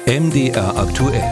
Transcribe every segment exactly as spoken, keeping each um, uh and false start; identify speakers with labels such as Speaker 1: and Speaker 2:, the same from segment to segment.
Speaker 1: M D R aktuell.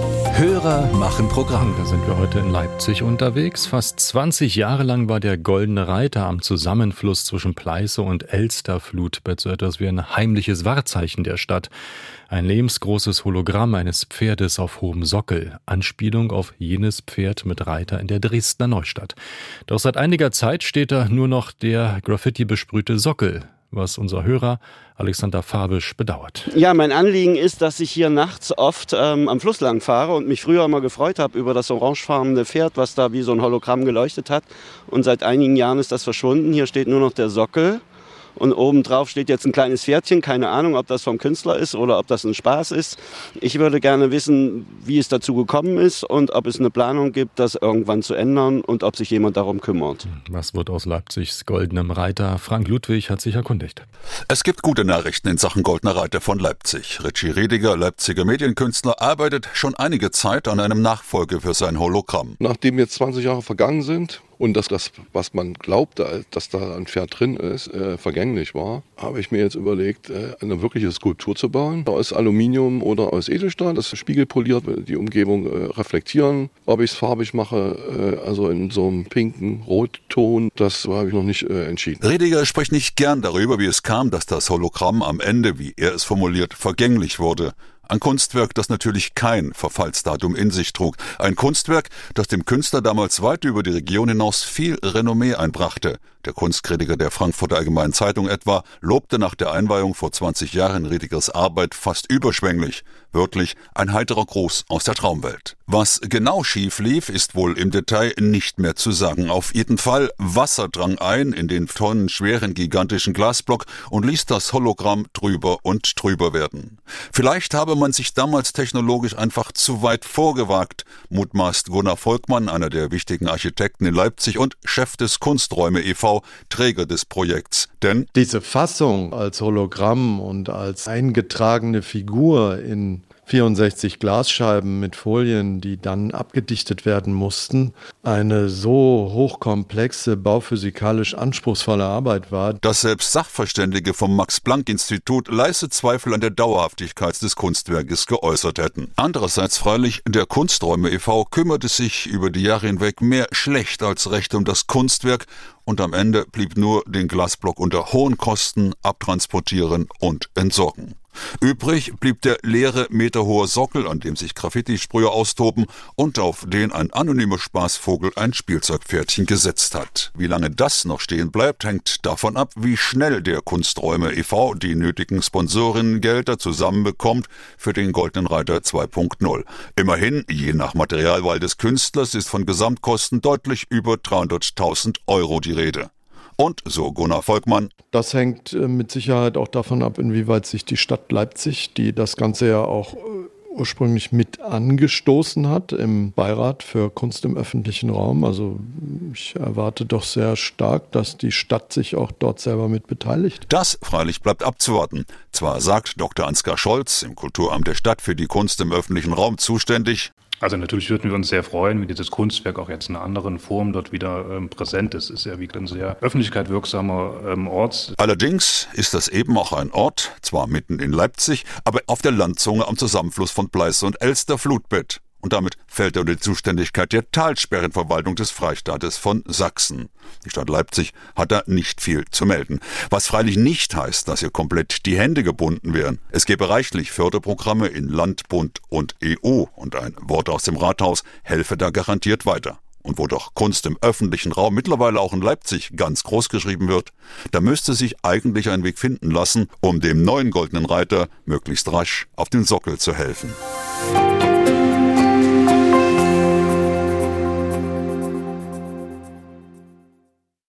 Speaker 1: Hörer machen Programm.
Speaker 2: Da sind wir heute in Leipzig unterwegs. Fast zwanzig Jahre lang war der Goldene Reiter am Zusammenfluss zwischen Pleiße und Elsterflutbett so etwas wie ein heimliches Wahrzeichen der Stadt. Ein lebensgroßes Hologramm eines Pferdes auf hohem Sockel. Anspielung auf jenes Pferd mit Reiter in der Dresdner Neustadt. Doch seit einiger Zeit steht da nur noch der graffiti-besprühte Sockel, was unser Hörer Alexander Fabisch bedauert.
Speaker 3: Ja, mein Anliegen ist, dass ich hier nachts oft ähm, am Fluss lang fahre und mich früher immer gefreut habe über das orangefarbene Pferd, was da wie so ein Hologramm geleuchtet hat. Und seit einigen Jahren ist das verschwunden. Hier steht nur noch der Sockel. Und obendrauf steht jetzt ein kleines Pferdchen, keine Ahnung, ob das vom Künstler ist oder ob das ein Spaß ist. Ich würde gerne wissen, wie es dazu gekommen ist und ob es eine Planung gibt, das irgendwann zu ändern und ob sich jemand darum kümmert.
Speaker 2: Was wird aus Leipzigs Goldenem Reiter? Frank Ludwig hat sich erkundigt.
Speaker 4: Es gibt gute Nachrichten in Sachen Goldener Reiter von Leipzig. Richie Rediger, Leipziger Medienkünstler, arbeitet schon einige Zeit an einem Nachfolger für sein Hologramm.
Speaker 5: Nachdem jetzt zwanzig Jahre vergangen sind, und dass das, was man glaubte, dass da ein Pferd drin ist, äh, vergänglich war, habe ich mir jetzt überlegt, äh, eine wirkliche Skulptur zu bauen. Aus Aluminium oder aus Edelstahl, das spiegelpoliert, die Umgebung äh, reflektieren. Ob ich es farbig mache, äh, also in so einem pinken Rotton, das habe ich noch nicht äh, entschieden.
Speaker 4: Rediger spricht nicht gern darüber, wie es kam, dass das Hologramm am Ende, wie er es formuliert, vergänglich wurde. Ein Kunstwerk, das natürlich kein Verfallsdatum in sich trug. Ein Kunstwerk, das dem Künstler damals weit über die Region hinaus viel Renommee einbrachte. Der Kunstkritiker der Frankfurter Allgemeinen Zeitung etwa lobte nach der Einweihung vor zwanzig Jahren Redigers Arbeit fast überschwänglich. Wörtlich ein heiterer Gruß aus der Traumwelt. Was genau schief lief, ist wohl im Detail nicht mehr zu sagen. Auf jeden Fall, Wasser drang ein in den tonnenschweren gigantischen Glasblock und ließ das Hologramm drüber und drüber werden. Vielleicht habe man sich damals technologisch einfach zu weit vorgewagt, mutmaßt Gunnar Volkmann, einer der wichtigen Architekten in Leipzig und Chef des Kunsträume e V, Träger des Projekts. Denn
Speaker 6: diese Fassung als Hologramm und als eingetragene Figur in vierundsechzig Glasscheiben mit Folien, die dann abgedichtet werden mussten, eine so hochkomplexe, bauphysikalisch anspruchsvolle Arbeit war.
Speaker 4: Dass selbst Sachverständige vom Max-Planck-Institut leise Zweifel an der Dauerhaftigkeit des Kunstwerkes geäußert hätten. Andererseits freilich, der Kunsträume e V kümmerte sich über die Jahre hinweg mehr schlecht als recht um das Kunstwerk und am Ende blieb nur den Glasblock unter hohen Kosten abtransportieren und entsorgen. Übrig blieb der leere, meterhohe Sockel, an dem sich Graffiti-Sprüher austoben und auf den ein anonymer Spaßvogel ein Spielzeugpferdchen gesetzt hat. Wie lange das noch stehen bleibt, hängt davon ab, wie schnell der Kunsträume e V die nötigen Sponsorinnengelder zusammenbekommt für den Goldenen Reiter zwei Punkt null. Immerhin, je nach Materialwahl des Künstlers, ist von Gesamtkosten deutlich über dreihunderttausend Euro die Rede. Und, so Gunnar Volkmann,
Speaker 6: das hängt mit Sicherheit auch davon ab, inwieweit sich die Stadt Leipzig, die das Ganze ja auch ursprünglich mit angestoßen hat im Beirat für Kunst im öffentlichen Raum. Also ich erwarte doch sehr stark, dass die Stadt sich auch dort selber mit beteiligt.
Speaker 4: Das freilich bleibt abzuwarten. Zwar sagt Doktor Ansgar Scholz, im Kulturamt der Stadt für die Kunst im öffentlichen Raum zuständig,
Speaker 7: also natürlich würden wir uns sehr freuen, wenn dieses Kunstwerk auch jetzt in einer anderen Form dort wieder ähm, präsent ist. Es ist ja wie ein sehr öffentlichkeitswirksamer ähm, Ort.
Speaker 4: Allerdings ist das eben auch ein Ort, zwar mitten in Leipzig, aber auf der Landzunge am Zusammenfluss von Pleiße und Elster-Flutbett. Und damit fällt er unter die Zuständigkeit der Talsperrenverwaltung des Freistaates von Sachsen. Die Stadt Leipzig hat da nicht viel zu melden. Was freilich nicht heißt, dass ihr komplett die Hände gebunden wären. Es gäbe reichlich Förderprogramme in Land, Bund und E U. Und ein Wort aus dem Rathaus helfe da garantiert weiter. Und wo doch Kunst im öffentlichen Raum mittlerweile auch in Leipzig ganz groß geschrieben wird, da müsste sich eigentlich ein Weg finden lassen, um dem neuen Goldenen Reiter möglichst rasch auf den Sockel zu helfen.